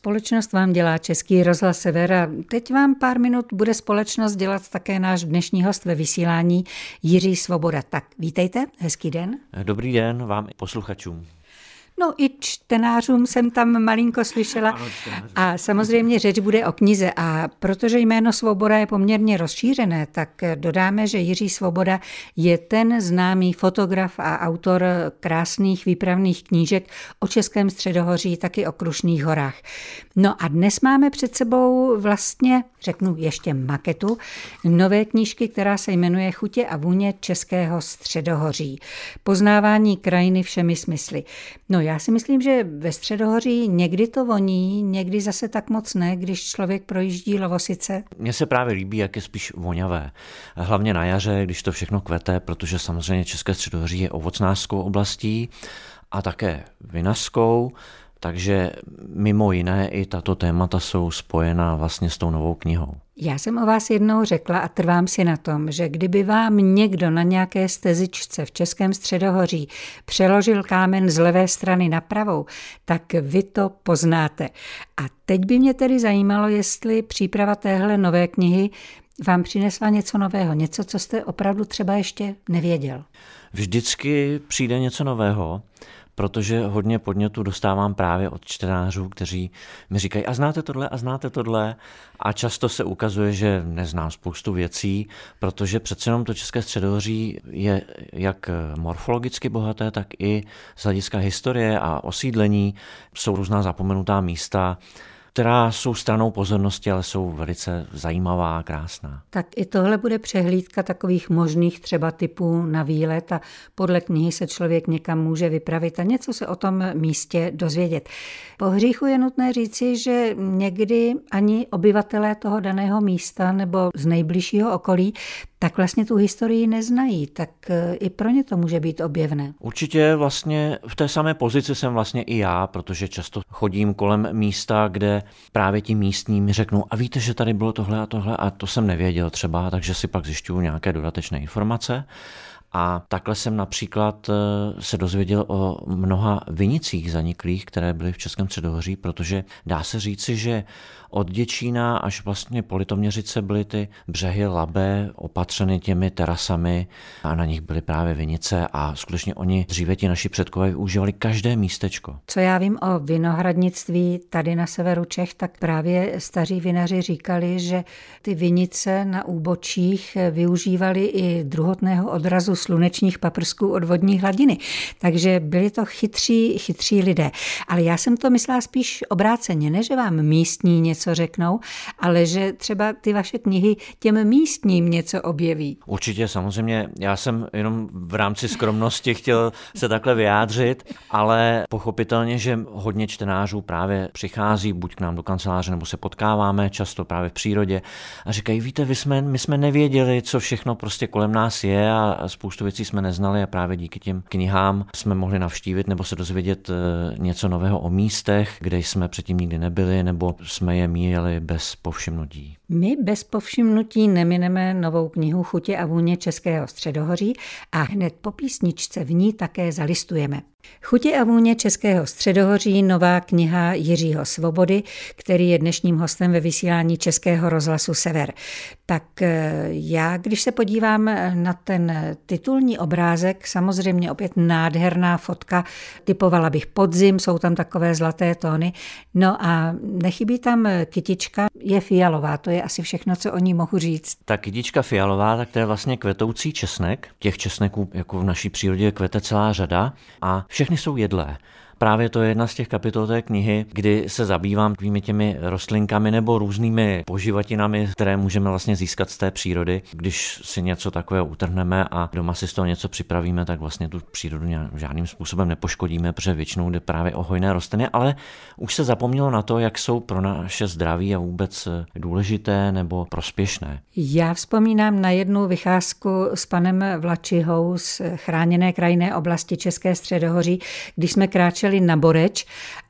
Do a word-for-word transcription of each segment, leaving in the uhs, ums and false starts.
Společnost vám dělá Český rozhlas Sever a teď vám pár minut bude společnost dělat také náš dnešní host ve vysílání Jiří Svoboda. Tak vítejte, hezký den. Dobrý den vám i posluchačům. No i čtenářům jsem tam malinko slyšela a samozřejmě řeč bude o knize a protože jméno Svoboda je poměrně rozšířené, tak dodáme, že Jiří Svoboda je ten známý fotograf a autor krásných výpravných knížek o Českém středohoří, taky o Krušných horách. No a dnes máme před sebou vlastně, řeknu ještě maketu, nové knížky, která se jmenuje Chutě a vůně Českého středohoří. Poznávání krajiny všemi smysly. No já si myslím, že ve Středohoří někdy to voní, někdy zase tak moc ne, když člověk projíždí Lovosice. Mně se právě líbí, jak je spíš voňavé. Hlavně na jaře, když to všechno kvete, protože samozřejmě České středohoří je ovocnářskou oblastí a také vinařskou, takže mimo jiné i tato témata jsou spojená vlastně s tou novou knihou. Já jsem o vás jednou řekla a trvám si na tom, že kdyby vám někdo na nějaké stezičce v Českém středohoří přeložil kámen z levé strany na pravou, tak vy to poznáte. A teď by mě tedy zajímalo, jestli příprava téhle nové knihy vám přinesla něco nového, něco, co jste opravdu třeba ještě nevěděl. Vždycky přijde něco nového, protože hodně podnětů dostávám právě od čtenářů, kteří mi říkají, a znáte tohle, a znáte tohle. A často se ukazuje, že neznám spoustu věcí, protože přece jenom to České středohoří je jak morfologicky bohaté, tak i z hlediska historie a osídlení. Jsou různá zapomenutá místa, která jsou stranou pozornosti, ale jsou velice zajímavá a krásná. Tak i tohle bude přehlídka takových možných třeba typů na výlet a podle knihy se člověk někam může vypravit a něco se o tom místě dozvědět. Po hříchu je nutné říci, že někdy ani obyvatelé toho daného místa nebo z nejbližšího okolí tak vlastně tu historii neznají, tak i pro ně to může být objevné. Určitě vlastně v té samé pozici jsem vlastně i já, protože často chodím kolem místa, kde právě ti místní mi řeknou, a víte, že tady bylo tohle a tohle a to jsem nevěděl třeba, takže si pak zjišťuju nějaké dodatečné informace. A takhle jsem například se dozvěděl o mnoha vinicích zaniklých, které byly v Českém středohoří, protože dá se říci, že od Děčína až vlastně po Litoměřice byly ty břehy Labe opatřeny těmi terasami a na nich byly právě vinice a skutečně oni dříve ti naši předkové využívali každé místečko. Co já vím o vinohradnictví tady na severu Čech, tak právě staří vinaři říkali, že ty vinice na úbočích využívali i druhotného odrazu slunečních paprsků od vodní hladiny. Takže byli to chytří, chytří lidé. Ale já jsem to myslela spíš obráceně, ne že vám místní něco řeknou, ale že třeba ty vaše knihy těm místním něco objeví. Určitě, samozřejmě. Já jsem jenom v rámci skromnosti chtěl se takhle vyjádřit, ale pochopitelně, že hodně čtenářů právě přichází buď k nám do kanceláře, nebo se potkáváme často právě v přírodě a říkají, víte, my jsme, my jsme nevěděli, co všechno prostě kolem nás je a spoustu věcí jsme neznali a právě díky těm knihám jsme mohli navštívit nebo se dozvědět něco nového o místech, kde jsme předtím nikdy nebyli, nebo jsme je míjeli bez povšimnutí. My bez povšimnutí nemineme novou knihu Chutě a vůně Českého středohoří a hned po písničce v ní také zalistujeme. Chutě a vůně Českého středohoří, nová kniha Jiřího Svobody, který je dnešním hostem ve vysílání Českého rozhlasu Sever. Tak já, když se podívám na ten titulní obrázek, samozřejmě opět nádherná fotka, typovala bych podzim, jsou tam takové zlaté tóny, no a nechybí tam kytička, je fialová, to je asi všechno, co o ní mohu říct. Ta kytička fialová, tak to je vlastně kvetoucí česnek, těch česneků jako v naší přírodě kvete celá řada a všechny jsou jedlé. Právě to je jedna z těch kapitol té knihy, kdy se zabývám takovými těmi rostlinkami nebo různými poživatinami, které můžeme vlastně získat z té přírody. Když si něco takového utrhneme a doma si z toho něco připravíme, tak vlastně tu přírodu žádným způsobem nepoškodíme, protože většinou jde právě o hojné rostliny, ale už se zapomnělo na to, jak jsou pro naše zdraví a vůbec důležité nebo prospěšné. Já vzpomínám na jednu vycházku s panem Vlačihou z chráněné krajinné oblasti České středohoří, když jsme kráčeli jeli na Boreč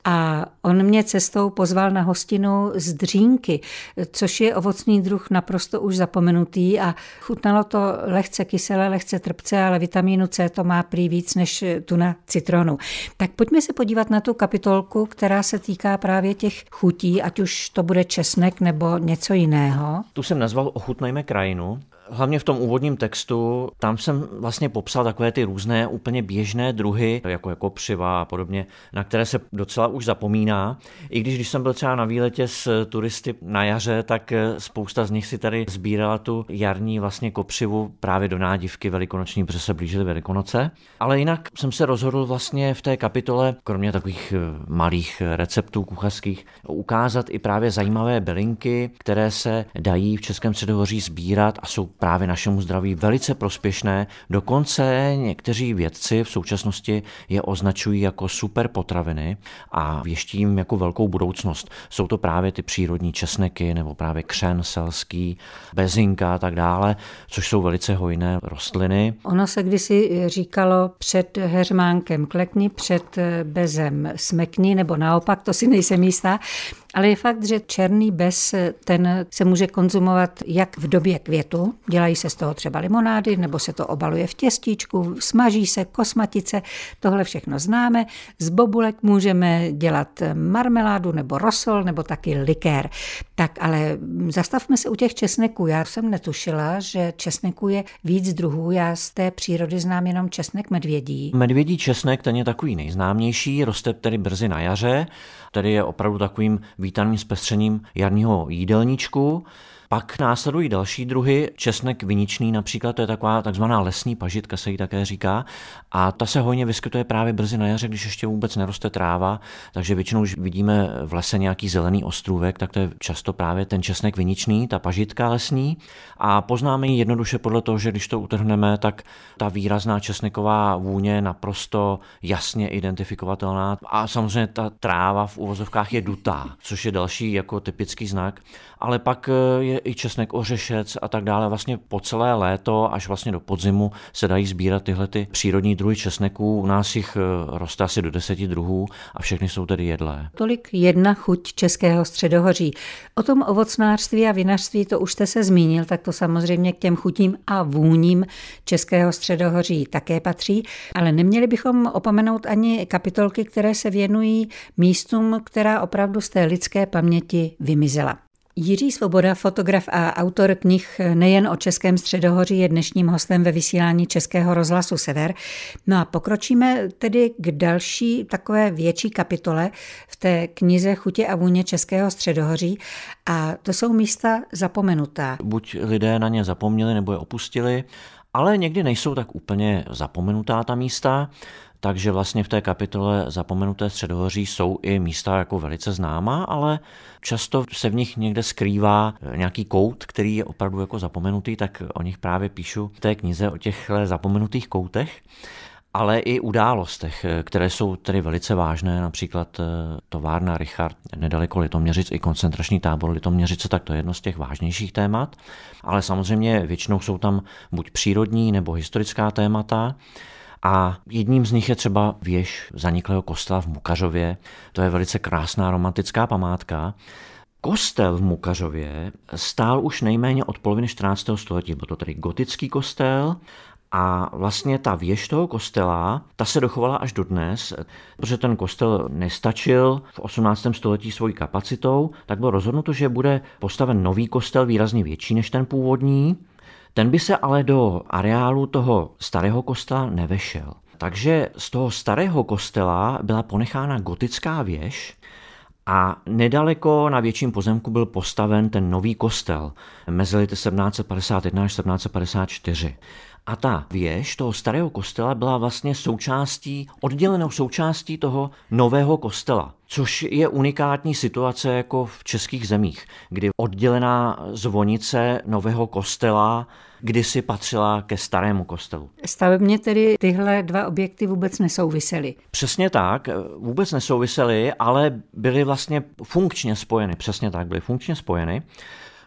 a on mě cestou pozval na hostinu z dřínky, což je ovocný druh naprosto už zapomenutý a chutnalo to lehce kyselé, lehce trpce, ale vitamínu C to má prý víc než tuna citronu. Tak pojďme se podívat na tu kapitolku, která se týká právě těch chutí, ať už to bude česnek nebo něco jiného. Tu jsem nazval Ochutnejme krajinu. Hlavně v tom úvodním textu, tam jsem vlastně popsal takové ty různé úplně běžné druhy, jako, jako kopřiva a podobně, na které se docela už zapomíná. I když, když jsem byl třeba na výletě s turisty na jaře, tak spousta z nich si tady sbírala tu jarní vlastně kopřivu právě do nádivky velikonoční, protože se blížily Velikonoce. Ale jinak jsem se rozhodl vlastně v té kapitole, kromě takových malých receptů kuchařských, ukázat i právě zajímavé bylinky, které se dají v Českém středohoří sbírat a jsou právě našemu zdraví velice prospěšné. Dokonce někteří vědci v současnosti je označují jako super potraviny a věští jim jako velkou budoucnost. Jsou to právě ty přírodní česneky nebo právě křen selský, bezinka a tak dále, což jsou velice hojné rostliny. Ono se kdysi říkalo před heřmánkem klekni, před bezem smekni, nebo naopak, to si nejsem jistá. Ale je fakt, že černý bez, ten se může konzumovat jak v době květu, dělají se z toho třeba limonády, nebo se to obaluje v těstíčku, smaží se, kosmatice, tohle všechno známe. Z bobulek můžeme dělat marmeládu nebo rosol, nebo taky likér. Tak ale zastavme se u těch česneků. Já jsem netušila, že česneku je víc druhů. Já z té přírody znám jenom česnek medvědí. Medvědí česnek, ten je takový nejznámější, roste tedy brzy na jaře, tedy je opravdu takovým vítaným zpestřením jarního jídelníčku. Pak následují další druhy, česnek viničný například, to je taková takzvaná lesní pažitka, se jí také říká, a ta se hojně vyskytuje právě brzy na jaře, když ještě vůbec neroste tráva, takže většinou už vidíme v lese nějaký zelený ostrůvek, tak to je často právě ten česnek viničný, ta pažitka lesní, a poznáme ji jednoduše podle toho, že když to utrhneme, tak ta výrazná česneková vůně je naprosto jasně identifikovatelná a samozřejmě ta tráva v uvozovkách je dutá, což je další jako typický znak, ale pak je i česnek ořešec a tak dále. Vlastně po celé léto až vlastně do podzimu se dají sbírat tyhle ty přírodní druhy česneků. U nás jich roste asi do deseti druhů a všechny jsou tedy jedlé. Tolik jedna chuť Českého středohoří. O tom ovocnářství a vinařství to už jste se zmínil, tak to samozřejmě k těm chutím a vůním Českého středohoří také patří, ale neměli bychom opomenout ani kapitolky, které se věnují místům, která opravdu z té lidské paměti vymizela. Jiří Svoboda, fotograf a autor knih nejen o Českém středohoří, je dnešním hostem ve vysílání Českého rozhlasu Sever. No a pokročíme tedy k další takové větší kapitole v té knize Chutě a vůně Českého středohoří a to jsou místa zapomenutá. Buď lidé na ně zapomněli nebo je opustili, ale někdy nejsou tak úplně zapomenutá ta místa. Takže vlastně v té kapitole Zapomenuté středohoří jsou i místa jako velice známá, ale často se v nich někde skrývá nějaký kout, který je opravdu jako zapomenutý, tak o nich právě píšu v té knize o těch zapomenutých koutech, ale i událostech, které jsou tedy velice vážné, například továrna Richard, nedaleko Litoměřic, i koncentrační tábor Litoměřice, tak to je jedno z těch vážnějších témat, ale samozřejmě většinou jsou tam buď přírodní nebo historická témata. A jedním z nich je třeba věž zaniklého kostela v Mukařově. To je velice krásná romantická památka. Kostel v Mukařově stál už nejméně od poloviny čtrnáctého století. Byl to tedy gotický kostel a vlastně ta věž toho kostela, ta se dochovala až dodnes, protože ten kostel nestačil v osmnáctém století svojí kapacitou, tak bylo rozhodnuto, že bude postaven nový kostel výrazně větší než ten původní. Ten by se ale do areálu toho starého kostela nevešel. Takže z toho starého kostela byla ponechána gotická věž a nedaleko na větším pozemku byl postaven ten nový kostel mezi lety sedmnáct set padesát jedna až sedmnáct set padesát čtyři. A ta věž toho starého kostela byla vlastně součástí, oddělenou součástí toho nového kostela, což je unikátní situace jako v českých zemích, kdy oddělená zvonice nového kostela kdysi patřila ke starému kostelu. Stavebně tedy tyhle dva objekty vůbec nesouvisely. Přesně tak, vůbec nesouvisely, ale byly vlastně funkčně spojeny, přesně tak, byly funkčně spojeny.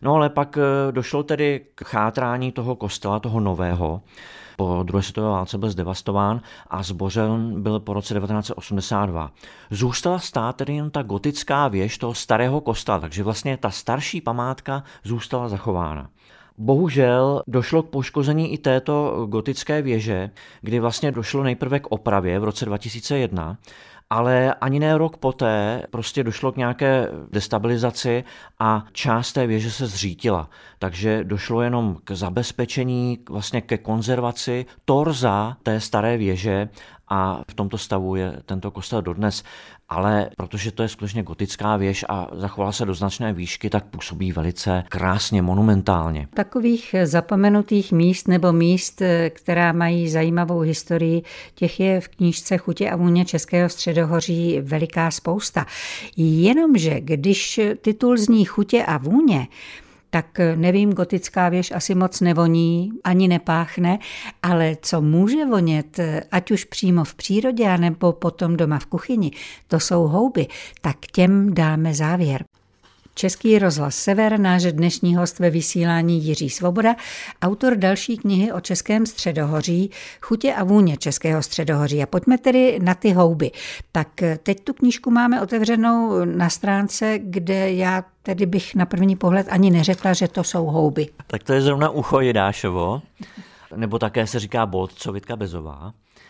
No ale pak došlo tedy k chátrání toho kostela, toho nového. Po druhé světové válce byl zdevastován a zbořen byl po roce devatenáct set osmdesát dva. Zůstala stát tedy jen ta gotická věž toho starého kostela, takže vlastně ta starší památka zůstala zachována. Bohužel došlo k poškození i této gotické věže, kdy vlastně došlo nejprve k opravě v roce dva tisíce jedna, ale ani ne rok poté prostě došlo k nějaké destabilizaci a část té věže se zřítila. Takže došlo jenom k zabezpečení, vlastně ke konzervaci torza té staré věže a v tomto stavu je tento kostel dodnes. Ale protože to je skutečně gotická věž a zachovala se do značné výšky, tak působí velice krásně, monumentálně. Takových zapomenutých míst nebo míst, která mají zajímavou historii, těch je v knížce Chutě a vůně Českého středohoří veliká spousta. Jenomže když titul zní Chutě a vůně, tak nevím, gotická věž asi moc nevoní, ani nepáchne, ale co může vonět, ať už přímo v přírodě, nebo potom doma v kuchyni, to jsou houby, tak těm dáme závěr. Český rozhlas Sever, náš dnešní host ve vysílání Jiří Svoboda, autor další knihy o Českém středohoří, Chutě a vůně Českého středohoří. A pojďme tedy na ty houby. Tak teď tu knížku máme otevřenou na stránce, kde já tedy bych na první pohled ani neřekla, že to jsou houby. Tak to je zrovna ucho Jidášovo, nebo také se říká boltcovitka bezová.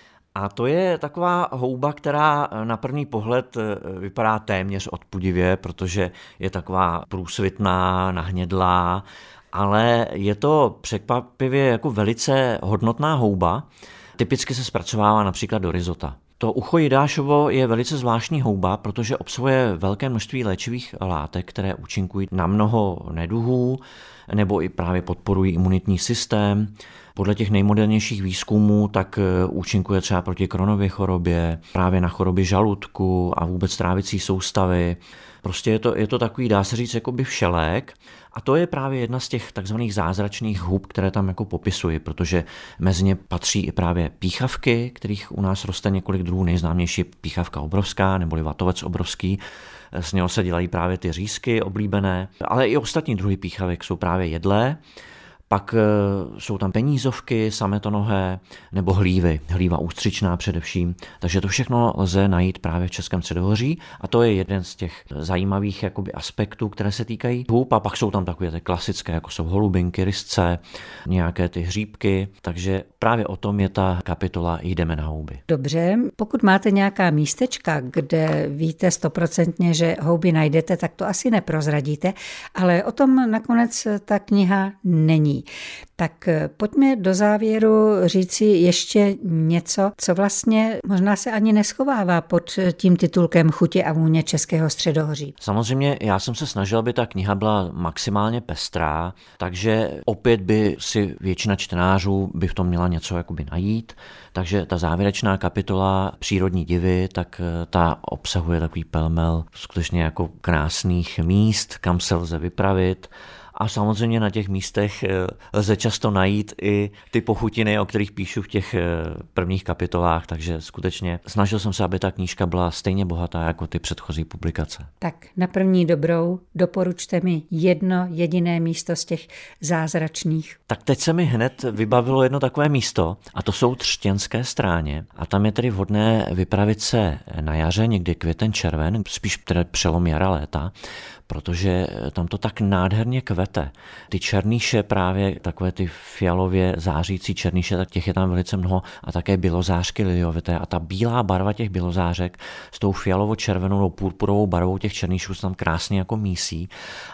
A to je taková houba, která na první pohled vypadá téměř odpudivě, protože je taková průsvitná, nahnědlá, ale je to překvapivě jako velice hodnotná houba. Typicky se zpracovává například do risota. To ucho Jidášovo je velice zvláštní houba, protože obsahuje velké množství léčivých látek, které účinkují na mnoho neduhů nebo i právě podporují imunitní systém. Podle těch nejmodernějších výzkumů tak účinkuje třeba proti Crohnově chorobě, právě na choroby žaludku a vůbec trávicí soustavy. Prostě je to, je to takový, dá se říct, jakoby všelék. A to je právě jedna z těch takzvaných zázračných hub, které tam jako popisuji, protože mezi ně patří i právě píchavky, kterých u nás roste několik druhů, nejznámější je píchavka obrovská neboli vatovec obrovský. Z něho se dělají právě ty řízky oblíbené, ale i ostatní druhy píchavek jsou právě jedlé. Pak jsou tam penízovky, sametonohé nebo hlívy, hlíva ústřičná především. Takže to všechno lze najít právě v Českém středohoří a to je jeden z těch zajímavých jakoby aspektů, které se týkají hub. A pak jsou tam takové ty klasické, jako jsou holubinky, rysce, nějaké ty hříbky. Takže právě o tom je ta kapitola Jdeme na houby. Dobře, pokud máte nějaká místečka, kde víte stoprocentně, že houby najdete, tak to asi neprozradíte, ale o tom nakonec ta kniha není. Tak pojďme do závěru říci ještě něco, co vlastně možná se ani neschovává pod tím titulkem Chutě a vůně Českého středohoří. Samozřejmě já jsem se snažil, aby ta kniha byla maximálně pestrá, takže opět by si většina čtenářů by v tom měla něco jakoby najít, takže ta závěrečná kapitola Přírodní divy, tak ta obsahuje takový pelmel skutečně jako krásných míst, kam se lze vypravit. A samozřejmě na těch místech lze často najít i ty pochutiny, o kterých píšu v těch prvních kapitolách, takže skutečně snažil jsem se, aby ta knížka byla stejně bohatá jako ty předchozí publikace. Tak na první dobrou doporučte mi jedno jediné místo z těch zázračných. Tak teď se mi hned vybavilo jedno takové místo a to jsou Třštěnské stráně a tam je tedy vhodné vypravit se na jaře, někdy květen, červen, spíš tedy přelom jara, léta, protože tam to tak nádherně kvete. Ty černýše právě, takové ty fialově zářící černýše, tak těch je tam velice mnoho a také bělozářky liliovité a ta bílá barva těch bělozářek s tou fialovo-červenou nebo purpurovou barvou těch černýšů se tam krásně jako mísí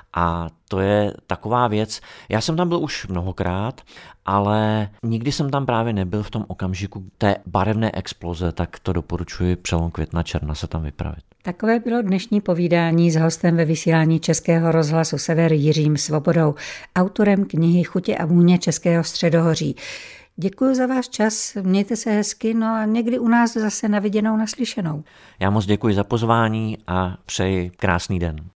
a to je taková věc, já jsem tam byl už mnohokrát, ale nikdy jsem tam právě nebyl v tom okamžiku té barevné exploze, tak to doporučuji přelom května, června se tam vypravit. Takové bylo dnešní povídání s hostem ve vysílání Českého rozhlasu Sever Jiřím Svobodou, autorem knihy Chutě a vůně Českého středohoří. Děkuji za váš čas, mějte se hezky, no a někdy u nás zase na viděnou, naslyšenou. Já moc děkuji za pozvání a přeji krásný den.